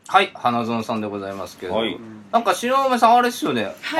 はい、花園さんでございますけど、 はい、 なんか篠山さんあれっすよね、 はい、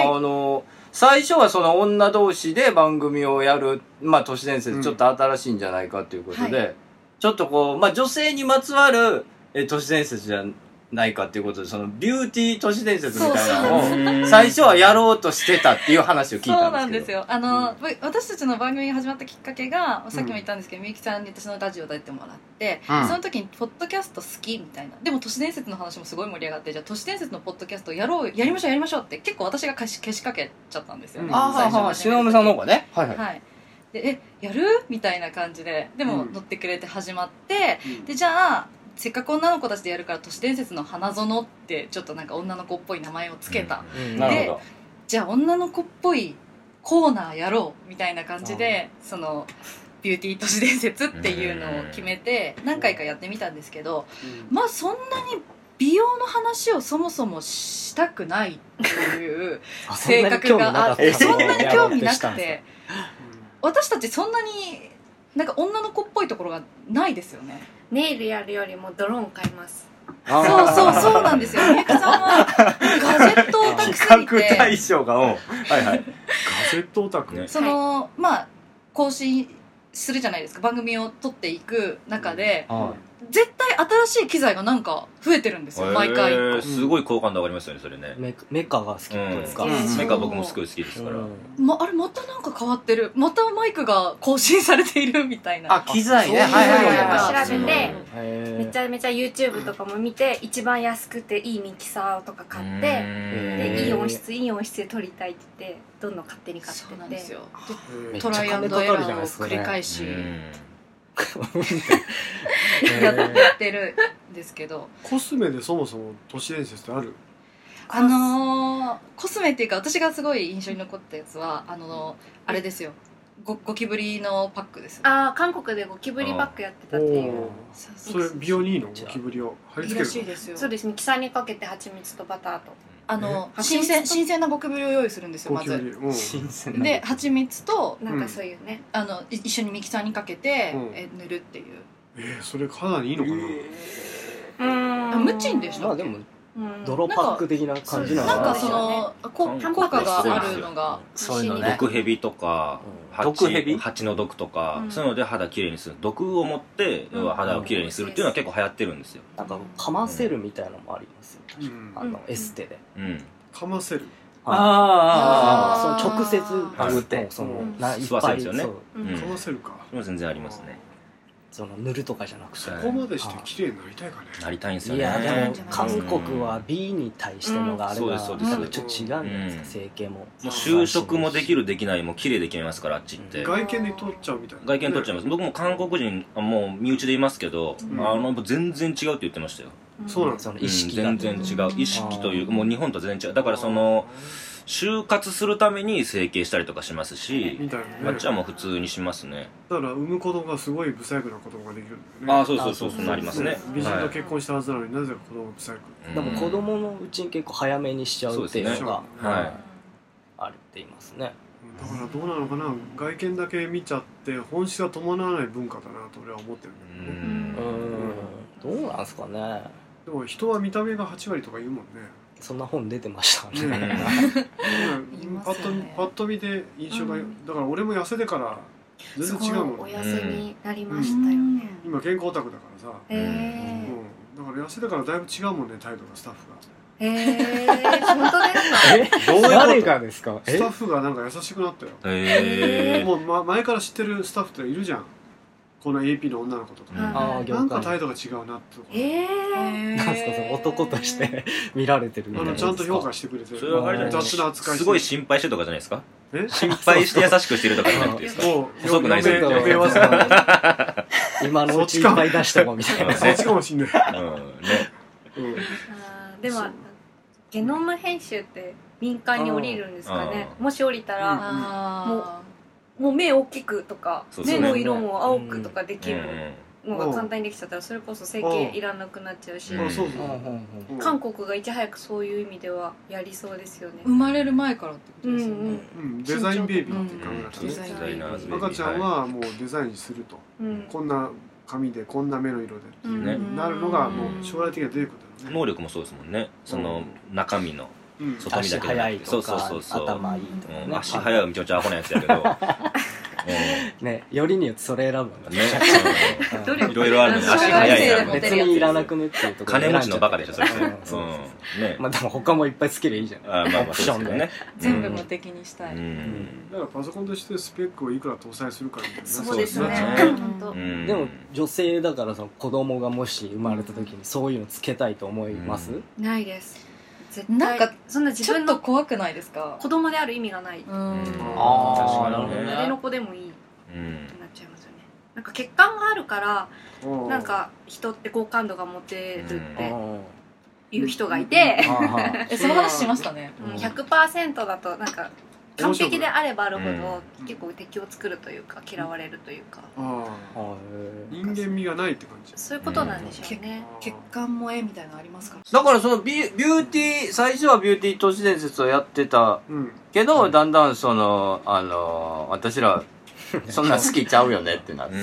最初はその女同士で番組をやる、まあ都市伝説ちょっと新しいんじゃないかということで、ちょっとこう、まあ女性にまつわる都市伝説じゃないかっていうことで、そのビューティー都市伝説みたいなのを最初はやろうとしてたっていう話を聞いたんですけど。 そうなんですよ。私たちの番組が始まったきっかけが、さっきも言ったんですけど、みゆきさんに私のラジオ出てもらって、その時にポッドキャスト好きみたいな、でも都市伝説の話もすごい盛り上がって、じゃあ都市伝説のポッドキャストやりましょうって結構私がけしかけちゃったんですよね。 最初篠山さんの方がね。 はい。でやるみたいな感じで、でも乗ってくれて始まって、でじゃあせっかく女の子たちでやるから都市伝説の花園ってちょっとなんか女の子っぽい名前をつけた、でじゃあ女の子っぽいコーナーやろうみたいな感じで、そのビューティー都市伝説っていうのを決めて何回かやってみたんですけど、まあそんなに美容の話をそもそもしたくないっていう性格があって、そんなに興味なくて、私たちそんなになんか女の子っぽいところがないですよね。 ネイルやるよりもドローン買います。 そうなんですよ。みゆきさんはガジェットオタクすぎて、 比較対象がガジェットオタクね。 そのまあ更新するじゃないですか、番組を撮っていく中で、絶対新しい機材がなんか増えてるんですよ、毎回。 すごい好感度上がりますよね、それね。 メカが好きですか？ メカ僕もすごい好きですから。 あれまたなんか変わってる、またマイクが更新されているみたいな。 機材ね。 調べてめちゃめちゃ YouTube とかも見て、一番安くていいミキサーとか買って、でいい音質で撮りたいって言ってどんどん勝手に買ってって。そうなんですよ。トライアンドエラーを繰り返しやってるんですけど。 コスメでそもそも都市伝説ってある？ コスメっていうか、私がすごい印象に残ったやつはあれですよ、ゴキブリのパックです。 韓国でゴキブリパックやってたっていう。 それ美容にいいの？ゴキブリを貼り付けるの？いいらしいですよ。 そうです。ミキサーにかけて蜂蜜とバターと新鮮なゴキブリを用意するんですよ、まず。で蜂蜜となんかそういうね、 一緒にミキサーにかけて塗るっていう。 それ肌にいいのかな？無賃でしょ。 まあでも泥パック的な感じなのなんかその効果があるのが、 そういうのね。 毒蛇とか蜂の毒とか、そういうので肌きれいにする、毒を持って肌をきれいにするっていうのは結構流行ってるんですよ。 なんかかませるみたいなのもありますよ、エステで。 かませる。 その直接塗ってその吸わせるんですよね。 かませるか。 全然ありますね。 その塗るとかじゃなくて、 そこまでして綺麗になりたいかね。 なりたいんですよね。 いやでも韓国は美に対してのがあれが多分ちょっと違うんじゃないですか、整形も。 もう就職もできるできないも綺麗で決めますから、あっちって。 外見で取っちゃうみたいな。 外見取っちゃいます。僕も韓国人もう身内でいますけど、全然違うって言ってましたよ。 そうなんですよ。 意識全然違う。意識というかもう日本と全然違う。だからその就活するために整形したりとかしますし、あっちはもう普通にしますね。 だから産む子供がすごい不細工な子供ができるんだよね。 そうなりますね。 美人と結婚したはずなのになぜか子供が不細工。 でも子供のうちに結構早めにしちゃうっていうのがあるって言いますね。 だからどうなのかな、外見だけ見ちゃって本質が伴わない文化だなと俺は思ってるんだよね。 どうなんですかね。 でも人は見た目が8割とか言うもんね。 そんな本出てましたね。 パッと見て印象が、だから俺も痩せてから全然違うもん。 お痩せになりましたよね。 今健康オタクだからさ、だから痩せてからだいぶ違うもんね、態度が、スタッフが。 本当ですか？ 誰がですか？ スタッフがなんか優しくなったよ。もう前から知ってるスタッフっているじゃん、この AP の女の子とか。なんか態度が違うなってとか。 なんですか、その男として見られてるみたいな。 ちゃんと評価してくれてる。 それはあれじゃない雑な扱いして。 すごい心配してとかじゃないですか？心配して優しくしてるとかじゃなくてですか？細くなりすぎて。 今のうちいっぱい出してもみたいな。 そっちかもしんない。 でもゲノム編集って民間に降りるんですかね。もし降りたらもう目大きくとか目の色も青くとかできるのが簡単にできちゃったら、それこそ整形いらなくなっちゃうし、韓国がいち早くそういう意味ではやりそうですよね。 生まれる前からってことですよね。 デザインベイビーって考えたらね、赤ちゃんはもうデザインすると、こんな髪でこんな目の色でっていうなるのがもう将来的には出てくるんだろね。 能力もそうですもんね。その中身の外見だけ足速いとか頭いいとかね。 足速いはめちゃめちゃアホなやつやけどね、よりによってそれ選ぶんだね。 いろいろあるのに足速いな。 別にいらなくねっていうところ。 金持ちのバカでしょそれ。 まあでも他もいっぱいつけりゃいいじゃん。 まあまあそうですね。 全部無敵にしたい。 だからパソコンとしてスペックをいくら搭載するかみたいな。 そうですね。 でも女性だからその子供がもし生まれた時にそういうのつけたいと思います？ ないです。 なんかそんな自分の怖くないですか？ 子供である意味がない。 確かにね。 誰の子でもいいってなっちゃいますよね。なんか血管があるからなんか人って好感度が持てるっていう人がいて、 その話しましたね。 100% だとなんか完璧であればあるほど結構敵を作るというか嫌われるというか、 人間味がないって感じ。 そういうことなんでしょうね。 血管萌えみたいなのありますか？ だからそのビューティー、最初はビューティー都市伝説をやってたけど、だんだんその私らそんな好きちゃうよねってなって、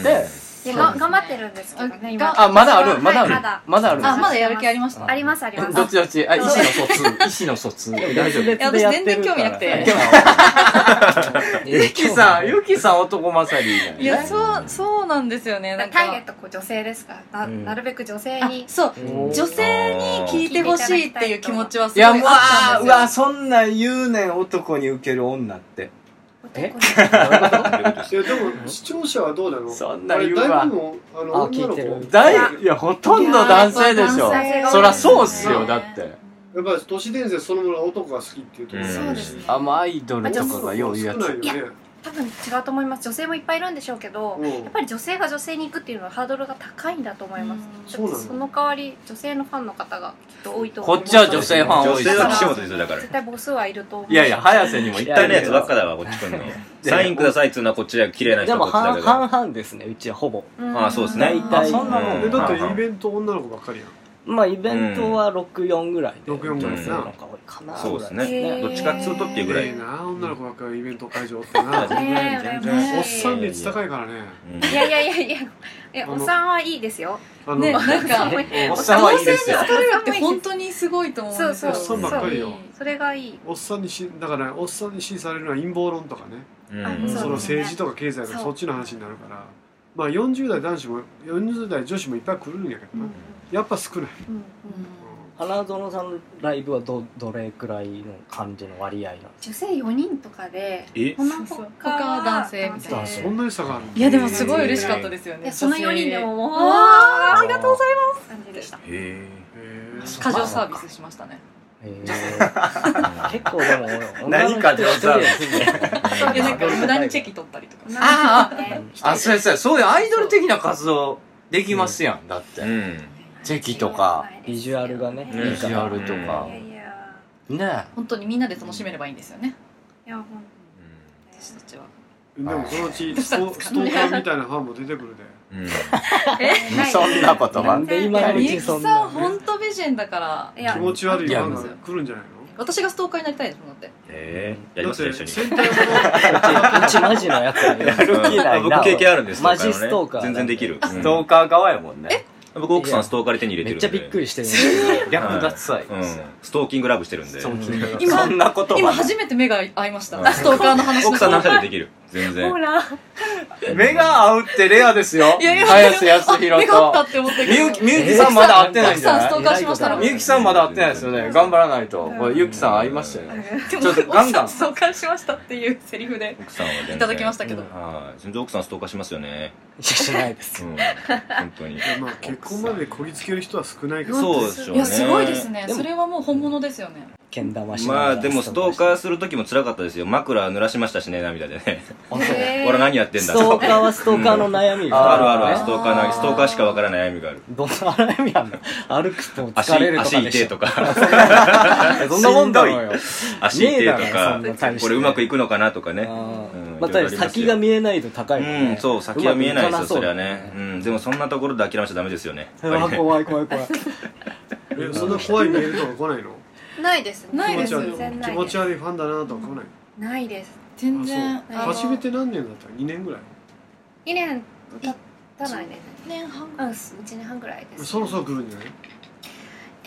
頑張ってるんですけどね今。 まだあるまだあるまだある。 まだやる気ありました？ ありますあります。 どっちどっち？意思の疎通大丈夫？ 私全然興味なくて。 ゆきさん男勝り。 いやそうなんですよね。 ターゲット女性ですからなるべく女性に。 そう女性に聞いてほしいっていう気持ちはすごいあったんですよ。 うわそんなん言うねん男に受ける女って。 でも視聴者はどうなの？ そんな言うわ。 女の子いやほとんど男性でしょ。そりゃそうっすよだって。 やっぱり都市伝説そのものは男が好きっていうところがあるし、 アイドルとかがよう言うやつ。 多分違うと思います。女性もいっぱいいるんでしょうけど、やっぱり女性が女性に行くっていうのはハードルが高いんだと思います。その代わり女性のファンの方がきっと多いと思います。 こっちは女性ファン多い。 女性は岸本ですよだから。 絶対母数はいると思う。 いやいや早瀬にも言ったねやつばっかだわこっち来んの。サインくださいっつうのはこっちは綺麗な人こっちだけど。 でも半々ですねうちはほぼ。 そうですね。 大体そんなもん。 だってイベント女の子ばっかりやん。 まあイベントは64ぐらいで 64ぐらいですな。 そうですね。どっちかっつうとっていうぐらい。 女の子ばっかりイベント会場ってな。 全然おっさん率高いからね。 いやおっさんはいいですよ。 ねなんかおっさんはいいですよ。 同性に好かれるって本当にすごいと思うんですよ。 おっさんばっかりよ。 それがいい。 おっさんにだからおっさんに支持されるのは陰謀論とかね。その政治とか経済とかそっちの話になるから。まあ40代男子も40代女子もいっぱい来るんやけどな。やっぱ少ない。 花園さんのライブはどれくらいの感じの割合なんですか？ 女性4人とかで他は男性みたいな。 そんなに差がある。 いやでもすごい嬉しかったですよね。 その4人でもありがとうございます感じでした。 過剰サービスしましたね。 結構でも何か上手だね。 いやなんか無駄にチェキ取ったりとか。 そういうアイドル的な活動できますやんだって。チェキとかビジュアルがね。 ビジュアルとか。ね。 本当にみんなで楽しめればいいんですよね。 いや私たちは。 でもそのうちストーカーみたいなファンも出てくるで。 そんなことなんで今のうちそんな。 本当美人だから。 気持ち悪いファンが来るんじゃないの？ 私がストーカーになりたいですもんだって。 やりますよ一緒に。 うちマジのやつやる気ないな。 僕経験あるんです。 マジストーカー。 全然できる。 ストーカー側やもんね。 僕奥さんストーカーで手に入れてるんで。 めっちゃびっくりしてるんです略奪罪。 ストーキングラブしてるんで。 今初めて目が合いました。ストーカーの話。 奥さんの中でできる。全然。 ほら。 目が合うってレアですよ。早瀬康弘と。 目が合ったって思ってみゆきさんまだ会ってないんじゃない？ ストーカーしましたら。 みゆきさんまだ会ってないですよね。頑張らないと。ゆきさん会いましたよね。ちょっとガンガン。 ストーカーしましたっていうセリフでいただきましたけど。 全然奥さんストーカーしますよね。 しないです。 本当に。 まあ結婚までこぎつける人は少ないけど。 そうでしょうね。 いやすごいですね。それはもう本物ですよね。 まあでもストーカーする時も辛かったですよ。枕濡らしましたしね涙でね。俺何やってんだ。 ストーカーはストーカーの悩みがあるストーカーしかわからない悩みがある。 どんな悩みあるの？歩くと疲れるとか足痛いとか。 そんなもんだろうよ。 足痛いとかこれうまくいくのかなとかね。 また先が見えないと高いもんね。 そう先が見えないですよそれはね。でもそんなところで諦めちゃダメですよね。 怖い。 そんな怖いメールとか来ないの？ ないです。 ないです。 気持ち悪いファンだなとか来ない？ ないです。 全然。 初めて何年だった？2年ぐらい ？2年経たないね。 1年半。 1年半ぐらいです。 そろそろ来るんじゃない？ いや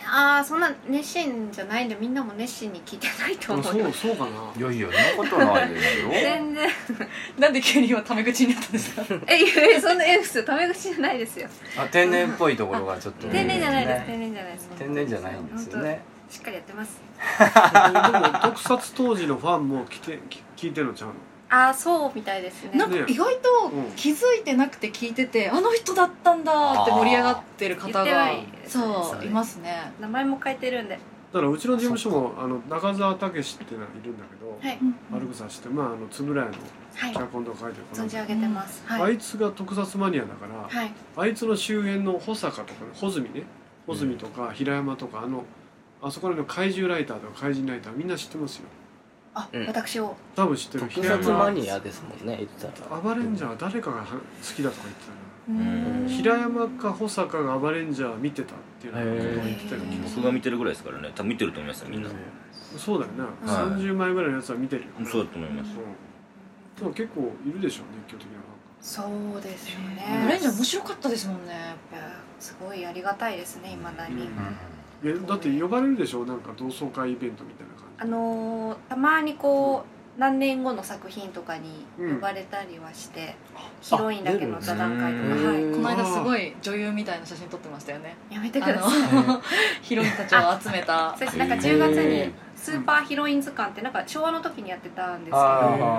そんな熱心じゃないんでみんなも熱心に聞いてないと思う。 そうかな。 いやいやそんなことないですよ。 全然なんで急に今タメ口になったんですか？ いやそんな普通タメ口じゃないですよ。 天然っぽいところがちょっと天然じゃないです。天然じゃないです。 天然じゃないんですよね。 しっかりやってます。 でも特撮当時のファンも聞いてるのちゃうの？ そうみたいですね。 なんか意外と気づいてなくて聞いてて、あの人だったんだって盛り上がってる方がそういますね。 名前も書いてるんで。 だからうちの事務所も中澤武史っていうのがいるんだけど、 はい、 アルグサしてつぶらやの脚本とか書いてるから、 存じ上げてます。 あいつが特撮マニアだから、あいつの周辺の保坂とか穂積ね、穂積とか平山とかあそこらの怪獣ライターとか怪人ライターみんな知ってますよ。 私を多分知ってる。 特撮マニアですもんね、言ったら。 アバレンジャー誰かが好きだとか言ってたな。平山か保坂がアバレンジャー見てたっていうのを言ってたよ。 僕が見てるぐらいですからね。多分見てると思いますよみんな。 そうだよな。30枚ぐらいのやつは見てるよ。 そうだと思います。 でも結構いるでしょ熱狂的な。 そうですよね。 アバレンジャー面白かったですもんね。 すごいありがたいですね今だに。 だって呼ばれるでしょなんか同窓会イベントみたいな感じ。 たまに何年後の作品とかに呼ばれたりはして、ヒロインだけの座談会とか、 この間すごい女優みたいな写真撮ってましたよね。 やめてください。 ヒロインたちを集めた。 そうです。なんか10月にスーパーヒロイン図鑑ってなんか昭和の時にやってたんですけど、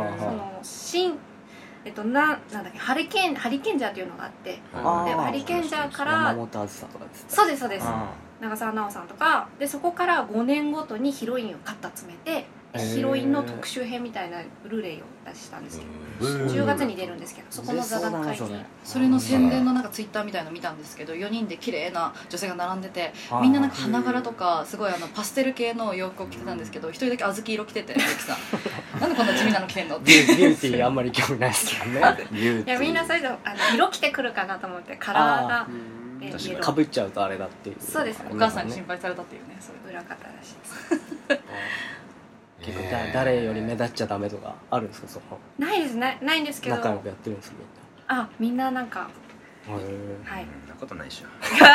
なんだっけハリケーンジャーっていうのがあって、でハリケーンジャーから山本梓とかです。 そうです長澤奈緒さんとかで、そこから5年ごとにヒロインをカッタ集めてヒロインの特集編みたいなブルーレイを出したんですけど、10月に出るんですけど、そこの座談会にそれの宣伝のなんかツイッターみたいの見たんですけど、4人で綺麗な女性が並んでて、みんななんか花柄とかすごいパステル系の洋服を着てたんですけど、一人だけ小豆色着てて、ゆきさんなんでこんな地味なの着てんのって。 ビューティーあんまり興味ないですけどね。 いやみんなそれで色着てくるかなと思って、カラーがかぶっちゃうとあれだっていう。 そうです。 お母さんに心配されたっていうね。 それ裏方らしいです。 結構誰より目立っちゃダメとかあるんですか？そこないですね。ないんですけど仲良くやってるんですみんな。 みんななんかそんなことないでしょ。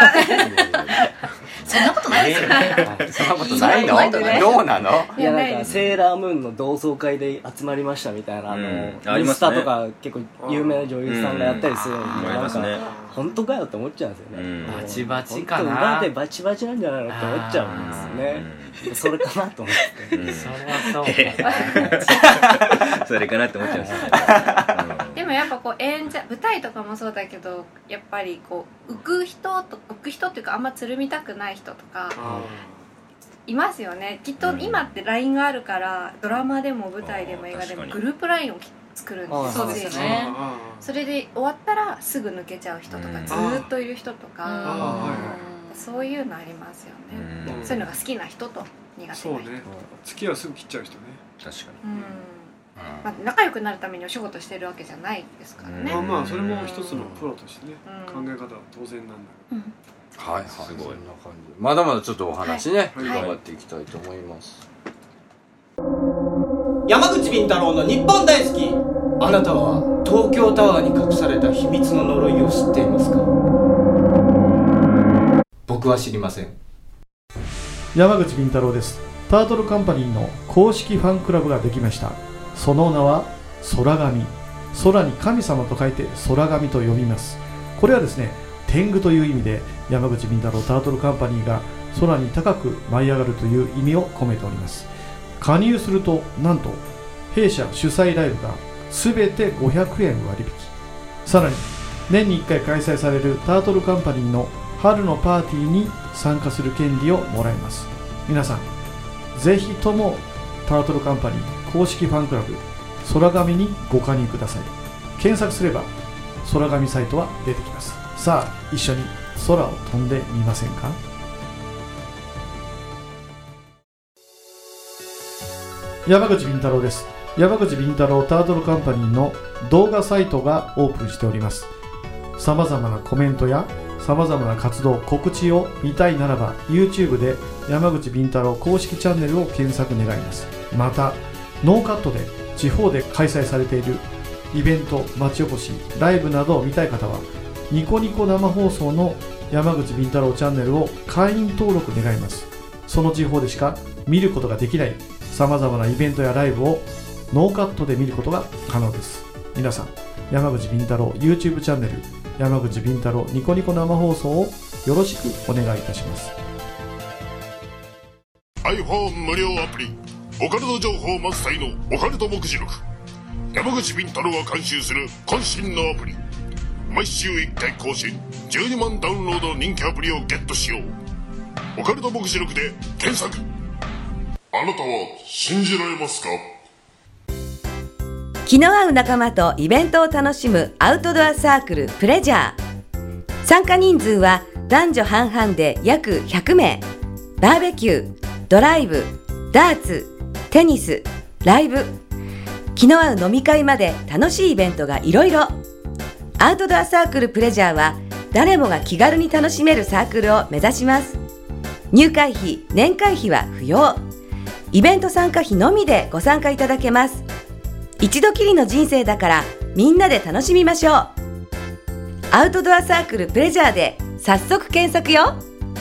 そんなことないですよね。 そんなことないの？どうなの？ いやなんかセーラームーンの同窓会で集まりましたみたいなインスタとか結構有名な女優さんがやったりするんで、なんか本当かよって思っちゃうんですよね。 バチバチかな。 裏でバチバチなんじゃないのって思っちゃうんですよね。それかなと思って。 それはそう。 それかなって思っちゃうんですよね。 でもやっぱ舞台とかもそうだけど、やっぱり浮く人っていうかあんまつるみたくない人とかいますよね。きっと今って LINE があるからドラマでも舞台でも映画でもグループ LINE を作るんですよ。 そうですよね。 それで終わったらすぐ抜けちゃう人とかずーっといる人とか、そういうのありますよね。そういうのが好きな人と苦手な人。 そうね。付き合いはすぐ切っちゃう人ね。 確かに。仲良くなるためにお仕事してるわけじゃないですからね。 まあそれも一つのプロとしてね、考え方は当然なんだけど。 はいはい、すごいそんな感じ。まだまだちょっとお話ね、伺っていきたいと思います。 山口敏太郎の日本大好き。あなたは東京タワーに隠された秘密の呪いを知っていますか？僕は知りません。 山口敏太郎です。タートルカンパニーの公式ファンクラブができました。その名は空神。空に神様と書いて空神と呼びます。これはですね、天狗という意味で、山口敏太郎タートルカンパニーが空に高く舞い上がるという意味を込めております。加入するとなんと弊社主催ライブが全て500円割引、さらに年に1回開催されるタートルカンパニーの春のパーティーに参加する権利をもらえます。皆さんぜひともタートルカンパニー公式ファンクラブ空神にご加入ください。検索すれば空神サイトは出てきます。さあ一緒に空を飛んでみませんか？山口敏太郎です。山口敏太郎タートルカンパニーの動画サイトがオープンしております。さまざまなコメントやさまざまな活動告知を見たいならば YouTube で山口敏太郎公式チャンネルを検索願います。またノーカットで地方で開催されているイベント、町おこし、ライブなどを見たい方はニコニコ生放送の山口敏太郎チャンネルを会員登録願います。その地方でしか見ることができないさまざまなイベントやライブをノーカットで見ることが可能です。皆さん、山口敏太郎 YouTube チャンネル、山口敏太郎ニコニコ生放送をよろしくお願いいたします。 iPhone 無料アプリオカルト情報満載のオカルト目次録、山口敏太郎が監修する渾身のアプリ、毎週1回更新、12万ダウンロードの人気アプリをゲットしよう。オカルト目次録で検索。あなたは信じられますか？ 気の合う仲間とイベントを楽しむアウトドアサークルプレジャー。参加人数は男女半々で約100名。バーベキュー、ドライブ、ダーツ、テニス、ライブ、気の合う飲み会まで楽しいイベントがいろいろ。アウトドアサークルプレジャーは誰もが気軽に楽しめるサークルを目指します。入会費、年会費は不要。イベント参加費のみでご参加いただけます。一度きりの人生だからみんなで楽しみましょう。アウトドアサークルプレジャーで早速検索よ。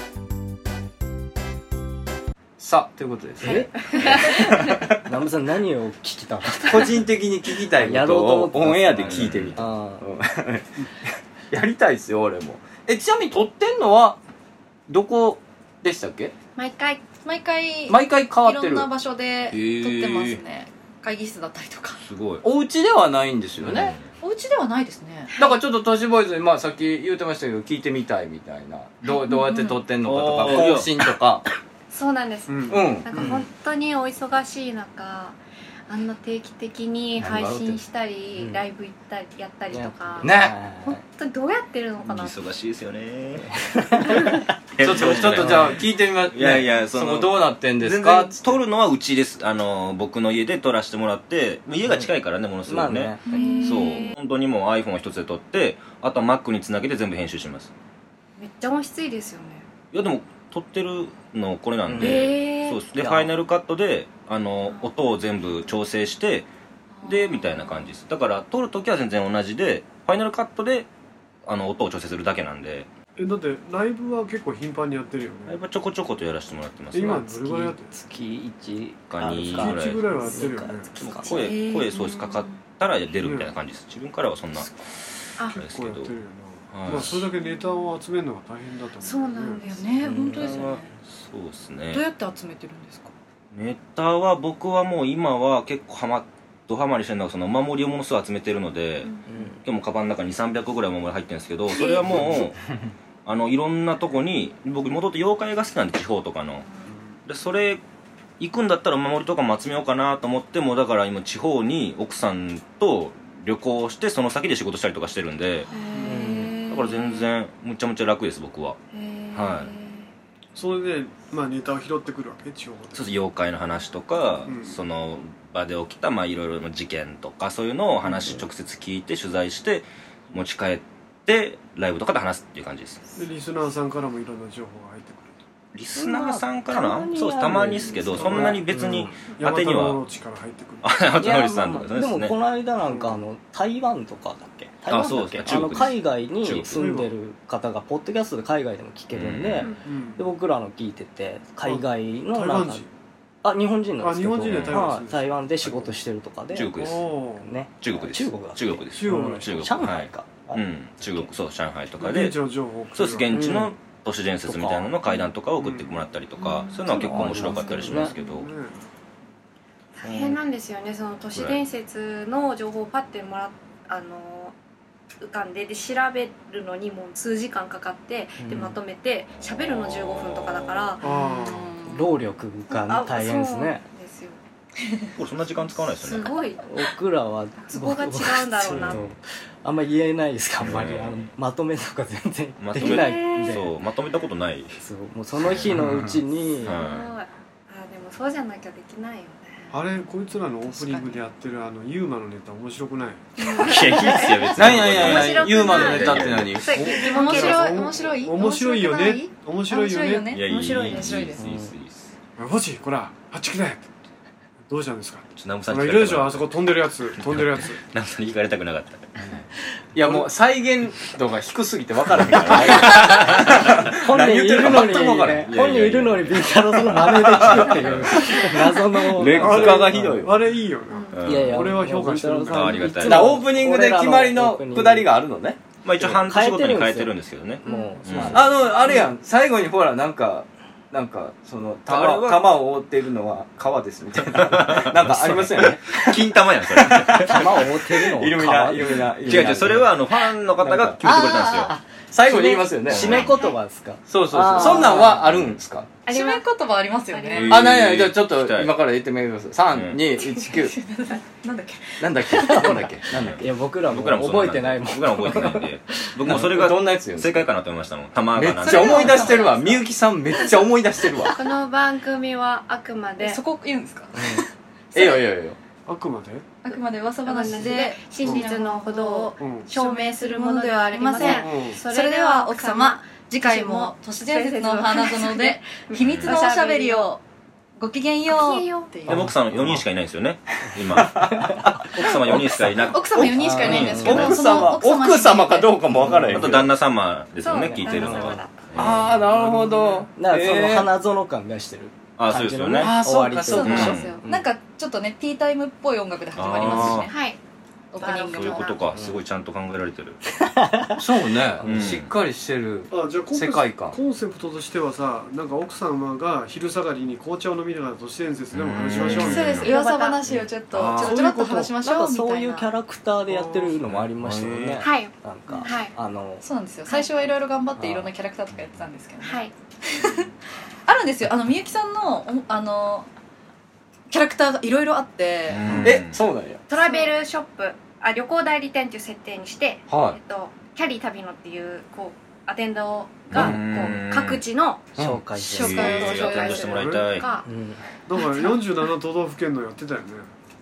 さあということですね。 南部さん何を聞きたの？ 個人的に聞きたいことをオンエアで聞いてみた。やりたいですよ俺も。ちなみに撮ってんのはどこでしたっけ？ 毎回変わってる。いろんな場所で撮ってますね。会議室だったりとか。 すごい。 お家ではないんですよね。 お家ではないですね。 だからちょっと都市ボーイズにさっき言ってましたけど聞いてみたいみたいな、どうやって撮ってんのかとか更新とか。 そうなんです、 なんか本当にお忙しい中あんな定期的に配信したり、ライブ行ったりやったりとかね、 本当にどうやってるのかな。 忙しいですよね。 ちょっとじゃあ聞いてみます。 いやそのどうなってんですか？ 撮るのはうちです。僕の家で撮らせてもらって、家が近いからね、ものすごいね。そう本当にもう iPhone 一つで撮って、あとは Mac につなげて全部編集します。 めっちゃ音質いいですよね。 いやでも撮ってるのこれなんで、そうですでファイナルカットで音を全部調整してでみたいな感じです。だから撮るときは全然同じで、ファイナルカットで音を調整するだけなんで。 だってライブは結構頻繁にやってるよね。 ライブはちょこちょことやらせてもらってます。 今どれぐらいやってる？ 月1 か2ぐらい。 月1ぐらいはやってるよね。 声そうですかかったら出るみたいな感じです。自分からはそんな結構やってるよな。それだけネタを集めるのが大変だと思う。 そうなんだよね。本当ですよね。 そうですね。 どうやって集めてるんですか？ ネタは僕はもう今は結構ドハマりしてるのがそのお守りをものすごい集めてるので、今日もカバンの中に200個ぐらいお守り入ってるんですけど、それはもういろんなとこに、僕もともと妖怪が好きなんで、地方とかので、それ行くんだったらお守りとかも集めようかなと思って、もうだから今地方に奥さんと旅行してその先で仕事したりとかしてるんで、だから全然むちゃむちゃ楽です僕は。はい。 それでネタを拾ってくるわけ、地方で。 そうです。妖怪の話とか、その場で起きたいろいろな事件とかそういうのを直接聞いて取材して持ち帰ってライブとかで話すっていう感じです。 でリスナーさんからもいろんな情報が入ってくる。 リスナーさんからのそうたまにですけど、そんなに別に当てには。 山田の力入ってくる。 山田のさんとかそうですね。 でもこの間なんか台湾とかだっけ？台湾だっけ？海外に住んでる方がポッドキャストで海外でも聞けるんで、で僕らの聞いてて、海外のなんか日本人なんですけど、台湾で仕事してるとかで。 中国です。 ね。 中国です。中国です。 上海か。 中国そう上海とかで。 現地の情報。 そうです。現地の都市伝説みたいなの怪談とかを送ってもらったりとか、そういうのは結構面白かったりしますけど。 大変なんですよね。その都市伝説の情報をパッて浮かんで調べるのにもう数時間かかって、でまとめて喋るの15分とかだから、 労力が大変ですね。 これそんな時間使わないですよね。 すごい。 僕らはそこが違うんだろうな。 あんま言えないですか、あんまりまとめとか全然できないんで。 そうまとめたことない。 そうもうその日のうちに。 でもそうじゃなきゃできないよね。 あれこいつらのオープニングでやってるユーマのネタ面白くない？ いやいいっすよ別に。 何ユーマのネタって何？ 面白いよね。面白いよね。 面白いです。 マジこらあっち来て。 どうしたんですか。 南部さんいるでしょ、あそこ飛んでるやつ。南部さんに聞かれたくなかった。 いやもう再現度が低すぎて分からへんから本人いるのに本人いるのにビンタロウその真似で聞くっていう謎の劣化がひどい。 あれいいよな。 いやいや俺は評価してる。 ありがたい。 オープニングで決まりのくだりがあるのね。 まあ一応半年ごとに変えてるんですけどね。 もうあれやん、最後にほらなんかその玉を覆っているのは川ですみたいななんかありますよね。 金玉やんそれ。 玉を覆ってるのはイルミナ。 違うそれはファンの方が決めてくれたんですよ。 最後に言いますよね。 締め言葉ですか。 そうそんなんはあるんですか。 締め言葉ありますよね。 なんや、じゃあちょっと今から言ってみてください。3、2、1、9。なんだっけ。 いや僕らも覚えてないもん。 僕らも覚えてないんで。僕もそれが正解かなと思いましたもん。玉がめっちゃ思い出してるわ。みゆきさんめっちゃ思い出してるわ。 この番組はあくまでそこ言うんですか。 ええよ。 あくまで噂話で真実のほどを証明するものではありません。 それでは奥様、次回も都市伝説の花園で秘密のおしゃべりをごきげんようっていう。 でも奥さん4人しかいないんですよね今。奥様4人しかいなくて、 奥様4人しかいないんですけど、 奥様かどうかも分からへん。 あと旦那様ですよね、聞いてるのは。 ああなるほど。 だからその花園感出してる。 あ、そうですよね。 あ、そうかそうなんですよ。なんかちょっとねティータイムっぽい音楽で始まりますしね。 はい。 オープニングそういうことか。すごいちゃんと考えられてる。 そうね。しっかりしてる世界観。 コンセプトとしてはさ、なんか奥様が昼下がりに紅茶を飲みながら都市伝説でも話しましょうみたいな。 そうです。噂話をちょっとっと話しましょうみたいな。 そういうキャラクターでやってるのもありましたよね。 はい。 なんかそうなんですよ。最初はいろいろ頑張っていろんなキャラクターとかやってたんですけどね。 はい。 あるんですよ。みゆきさんのキャラクターがいろいろあって。 そうなんや。 トラベルショップ、旅行代理店っていう設定にして、キャリー旅のっていうアテンドが各地の紹介をしてもらいたい。 だから47都道府県のやってたよね。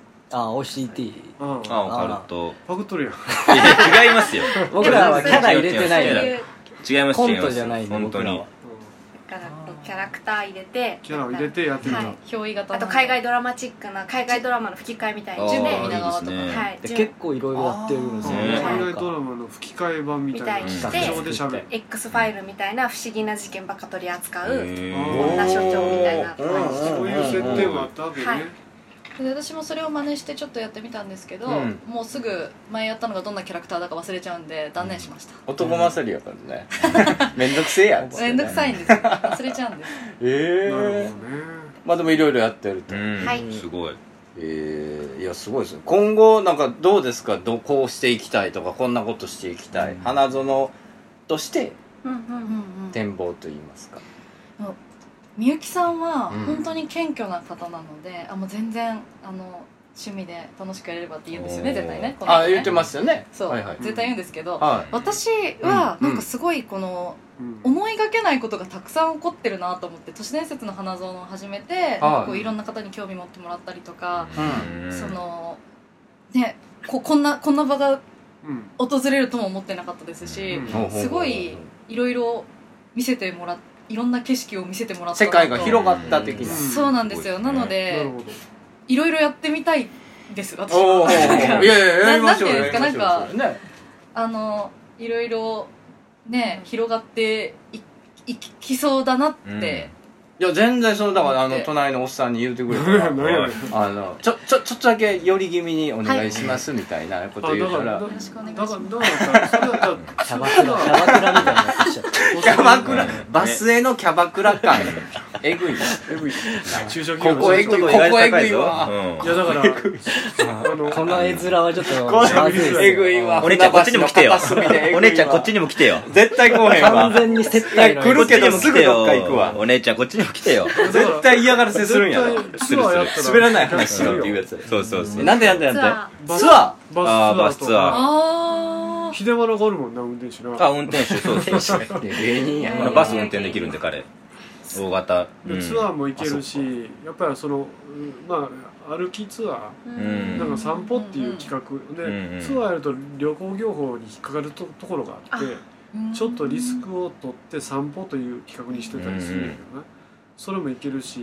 OCT。 オカルト。 パクっとるやん。 違いますよ。 僕らはキャラ入れてない。 違います。 コントじゃない本当に。 キャラクター入れてやってるの。 憑依型。 あと海外ドラマチックな海外ドラマの吹き替えみたいにして皆川とか。 結構いろいろやってるんですよね。 海外ドラマの吹き替え版みたいな。 してX ファイルみたいな不思議な事件ばっか取り扱う女所長みたいな。 そういう設定もあったわけね。 で私もそれを真似してちょっとやってみたんですけど、もうすぐ前やったのがどんなキャラクターだか忘れちゃうんで断念しました。 男勝りやからね。めんどくせえやん。 めんどくさいんですよ。忘れちゃうんです。 なるほどね。 まあでもいろいろやってると。 はい。 すごい。 いやすごいですね。今後なんかどうですか。こうしていきたいとかこんなことしていきたい。花園として展望と言いますか。 みゆきさんは本当に謙虚な方なので、もう全然趣味で楽しくやれればって言うんですよね、絶対ね。 言ってますよね。 そう、絶対言うんですけど、私はなんかすごい思いがけないことがたくさん起こってるなと思って、都市伝説の花園を始めていろんな方に興味持ってもらったりとか、こんな場が訪れるとも思ってなかったですし、すごいいろいろ見せてもらって、いろんな景色を見せてもらった。 世界が広がった的な。 そうなんですよ。なのでいろいろやってみたいです私は。いややりましょう。 なんていうんですか、なんかいろいろね広がっていきそうだなって。 いや全然だから隣のおっさんに言うてくれたらちょっとだけ寄り気味にお願いしますみたいなこと言うたら、 よろしくお願いします。 キャバクラみたいになってきちゃった。 キャバクラバスへのキャバクラ感えぐい。 中小ここえぐいわ。 いやだからこの絵面はちょっとえぐいわ。 お姉ちゃんこっちにも来てよ。お姉ちゃんこっちにも来てよ。 絶対来おへんわ。 完全に接待の来るけどすぐどっか行くわ。 お姉ちゃんこっちにも来てよ。 絶対嫌がらせするんやろ。滑らない話しろっていうやつ。 そうなんでツアーバスツアー。秀丸がおるもんな、運転手な。 運転手、そう芸人や。 バス運転できるんで彼。大型。 ツアーも行けるし、やっぱり歩きツアー、なんか散歩っていう企画で、ツアーやると旅行業法に引っかかるところがあって、ちょっとリスクを取って散歩という企画にしてたりするんだけどな。それも行けるし、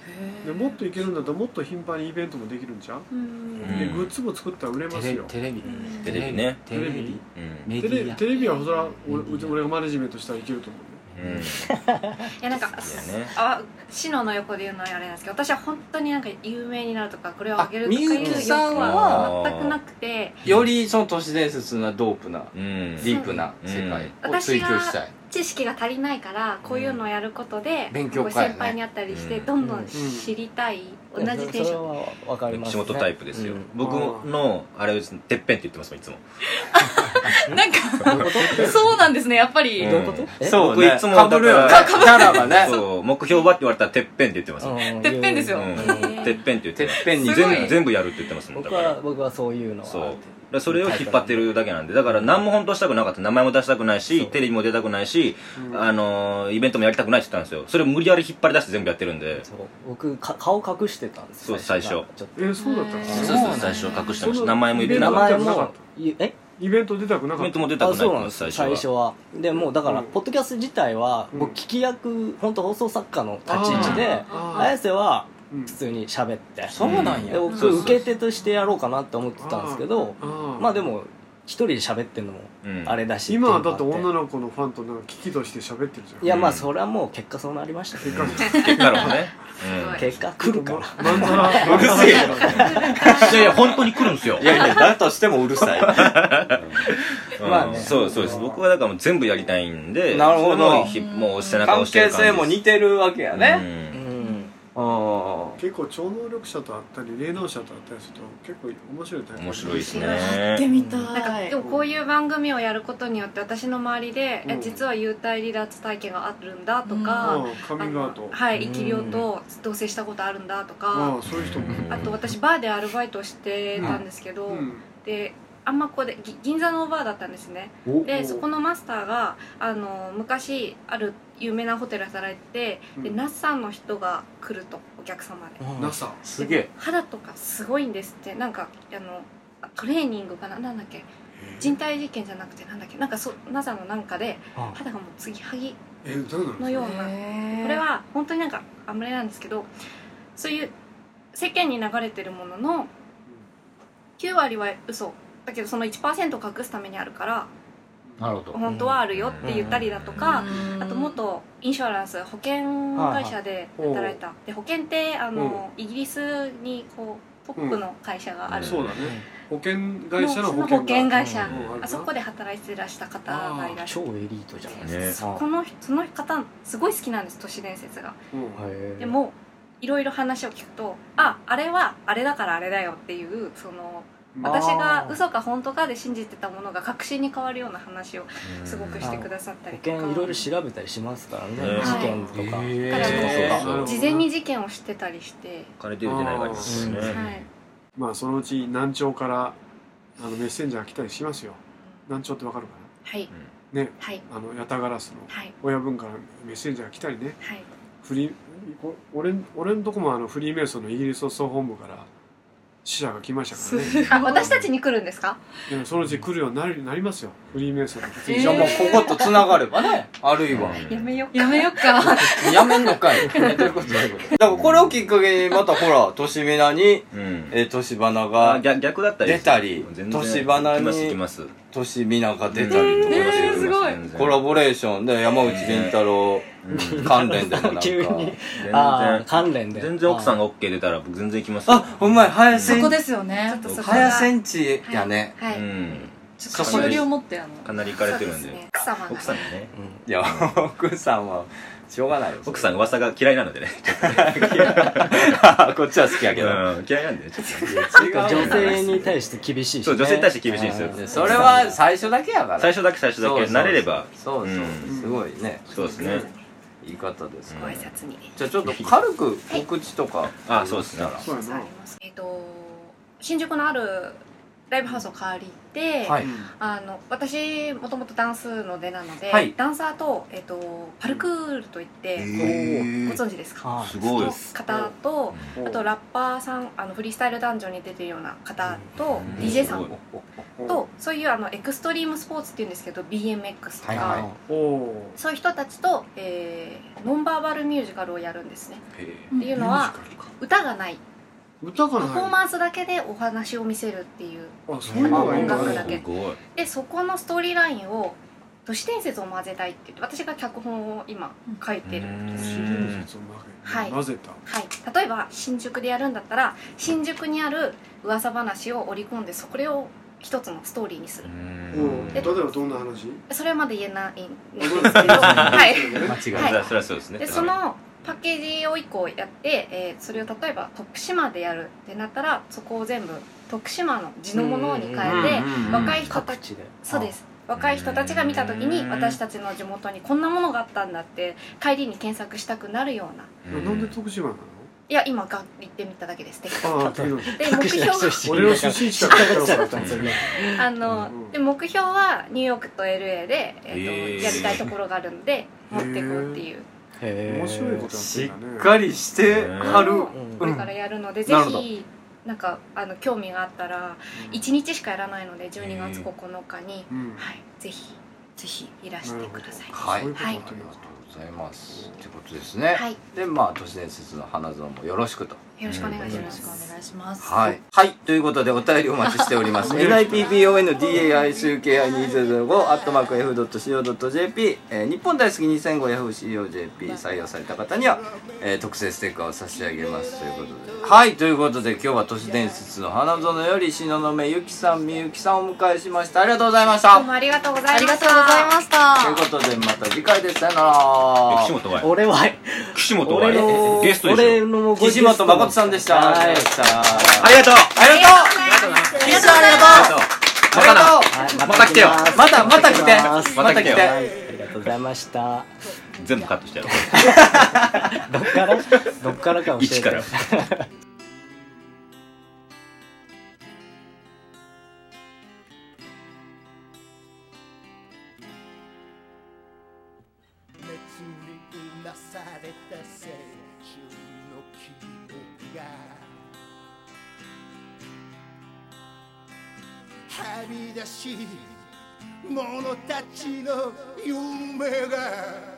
でもっといけるんだったらもっと頻繁にイベントもできるんちゃう。でグッズも作ったら売れますよ。 テレビね。 テレビはそれは俺がマネジメントしたらいけると思う。 いやなんかシノの横で言うのはあれなんですけど、私は本当になんか有名になるとかこれをあげるとかいう欲は全くなくて、 よりその都市伝説なドープなディープな世界を追求したい。 知識が足りないからこういうのをやることで勉強会先輩に会ったりしてどんどん知りたい、同じテンション。 わかります。 仕事タイプですよ。僕のあれてっぺんって言ってますもんいつも。 なんかそうなんですね、やっぱり。 どういうこと？ そうね。僕いつもだからキャラがね。 そう目標はって言われたらてっぺんって言ってますもん。 てっぺんですよ。 てっぺんって言って。 てっぺんに全部やるって言ってますもん。 僕はそういうのは。 そう。それを引っ張ってるだけなんで、だから何も本当したくなかった。名前も出したくないし、テレビも出たくないし、イベントもやりたくないって言ったんですよ。それを無理やり引っ張り出して全部やってるんで。 僕顔隠してたんですよ。 そう最初。 そうだったんですか。 そう最初隠してました。名前も言ってなかった。 イベント出たくなかった。 イベントも出たくないです最初は。でもうだからポッドキャスト自体は僕聞き役本当放送作家の立ち位置で、綾瀬は普通に喋って、 そうなんや。 僕受け手としてやろうかなって思ってたんですけど、まあでも一人で喋ってんのもあれだし、 今はだって女の子のファンとなんか危機として喋ってるじゃん。 いやまあそれはもう結果そうなりましたけど、 結果論ね。 結果来るからまんざらうるせえよ。 いや本当に来るんですよ。 いやだとしてもうるさい。 まあね。そうです。僕はだからもう全部やりたいんで、 なるほど。 もう背中を押してる感じ。 関係性も似てるわけやね。 結構超能力者と会ったり霊能者と会ったりすると結構面白いタイプ。 面白いですね。 やってみたい。 なんかでもこういう番組をやることによって私の周りで実は幽体離脱体験があるんだとか、 カミングアウト、 はい、生き量と同棲したことあるんだとか、 そういう人も。 あと私バーでアルバイトしてたんですけど、であんまここで銀座のバーだったんですね。でそこのマスターが昔ある有名なホテル働いてで NASA の人が来るとお客様で。 NASA すげえ。 肌とかすごいんですって。なんかトレーニングかな、なんだっけ、人体実験じゃなくてなんだっけ、なんかNASA のなんかで肌がもう継ぎはぎのような、これは本当になんかあんまりなんですけど、そういう世間に流れてるものの9割は嘘だけどその 1% 隠すためにあるからなるほど本当はあるよって言ったりだとか、あと元インシュアランス保険会社で働いた。で保険ってイギリスにこうトップの会社がある。 そうだね。保険会社の保険会社、あそこで働いてらした方がいらっしゃる。 超エリートじゃないですか。 その方すごい好きなんです、都市伝説が。でもいろいろ話を聞くと、あれはあれだからあれだよっていう私が嘘か本当かで信じてたものが確信に変わるような話をすごくしてくださったりとか。 保険いろいろ調べたりしますからね、事件とか。 だからもう事前に事件を知ってたりして。 金出る出ないがありますよね。 まあそのうち南朝からメッセンジャー来たりしますよ。南朝ってわかるかな。 はい。 ね。 はい。 ヤタガラスの親分からメッセンジャー来たりね。 はい。 俺のとこもフリーメイソンのイギリス総本部から死者が来ましたからね。 私たちに来るんですか？ でもそのうち来るようになりますよ。フリーメイソンの。 じゃあもうここと繋がればね。あるいは。 やめよっか。 やめんのかい。どういうことだからこれをきっかけにまたほら、としみなに、としばなが逆だったり出たり、としばなにとしみなが出たりとかすごい。 コラボレーションで山内倫太郎関連でもなんか。 急に。関連で。 全然奥さんが OK 出たら僕全然行きます。 あ、ほんまや、早そこですよね。 早センチやね。 はい。 ちょっと年寄りを持ってかなり行かれてるんで。奥さんね。 いや、奥さんはしょうがないよ。 奥さん噂が嫌いなのでね。 こっちは好きやけど。 嫌いなんでちょっと。 女性に対して厳しいし。 そう、女性に対して厳しいんですよ。 それは最初だけやから。 最初だけ慣れれば。 そうすごいね。 そうですね。 言い方です。 ご挨拶に。 じゃあちょっと軽く告知とか。 そうですね。 新宿のあるライブハウスを借りて、 はい、 私もともとダンスの出なので、 はい、 ダンサーと、パルクールといって、ご存知ですか？ すごい方と、あとラッパーさん、フリースタイルダンジョンに出てるような方と、DJ さんと、そういうエクストリームスポーツっていうんですけど BMX とか、はいはい、そういう人たちと、ノンバーバルミュージカルをやるんですね。っていうのは歌がない、パフォーマンスだけでお話を見せるっていう音楽だけで、そこのストーリーラインを都市伝説を混ぜたいって言って、私が脚本を今書いてるんです。 都市伝説を混ぜた、 はい、例えば新宿でやるんだったら新宿にある噂話を織り込んで、それを一つのストーリーにする。 例えばどんな話？ それまで言えないんですけど、はい、 間違いない。それはそうですね。 でそのパッケージを1個やって、それを例えば徳島でやるってなったら、そこを全部徳島の地のものに変えて、若い人たちで、そうです、若い人たちが見た時に私たちの地元にこんなものがあったんだって帰りに検索したくなるような。 なんで徳島なの？ いや、今が言ってみただけです。で、 目標が俺の出身地だったんですよね。 で目標はニューヨークと LA で、やりたいところがあるので持っていくっていう。 面白いことしっかりしてはる。 これからやるので、ぜひなんか興味があったら、1日しかやらないので12月9日に、はい、ぜひいらしてください。 はい、ありがとうございます。ってことですね。はい、で都市伝説の花園もよろしくと。 よろしくお願いします。 お願いします。 はい、はい、ということでお便りお待ちしております。nippondaisuki2005@f.co.jp 日本大好き2005 Yahoo!co.jp 採用された方には、特製ステッカーを差し上げますということで、はい、ということで今日は都市伝説の花園より東雲ゆきさん、みゆきさんをお迎えしました。ありがとうございました。 どうもありがとうございました。 ありがとうございました。 ということでまた次回です。さよなら。 岸本は俺は岸本はゲストでしょ。 岸本誠さんでした。 ありがとう。 ありがとう。岸さんありがとう。また来てよ。また来て。また来て。 ありがとうございました。 全部カットしてやろう。どっからか教えて。 1から。 はみ出し者たちの夢が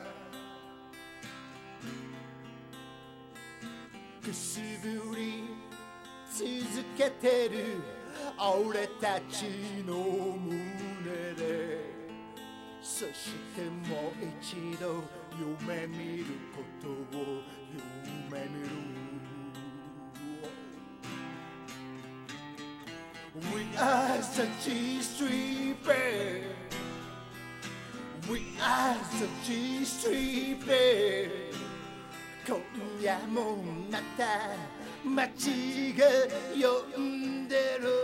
くすぶり続けてる俺たちの胸で、そしてもう一度夢見ることを夢見る。We are the G-Street Band. We are the G-Street Band. 今夜もまた街が呼んでる。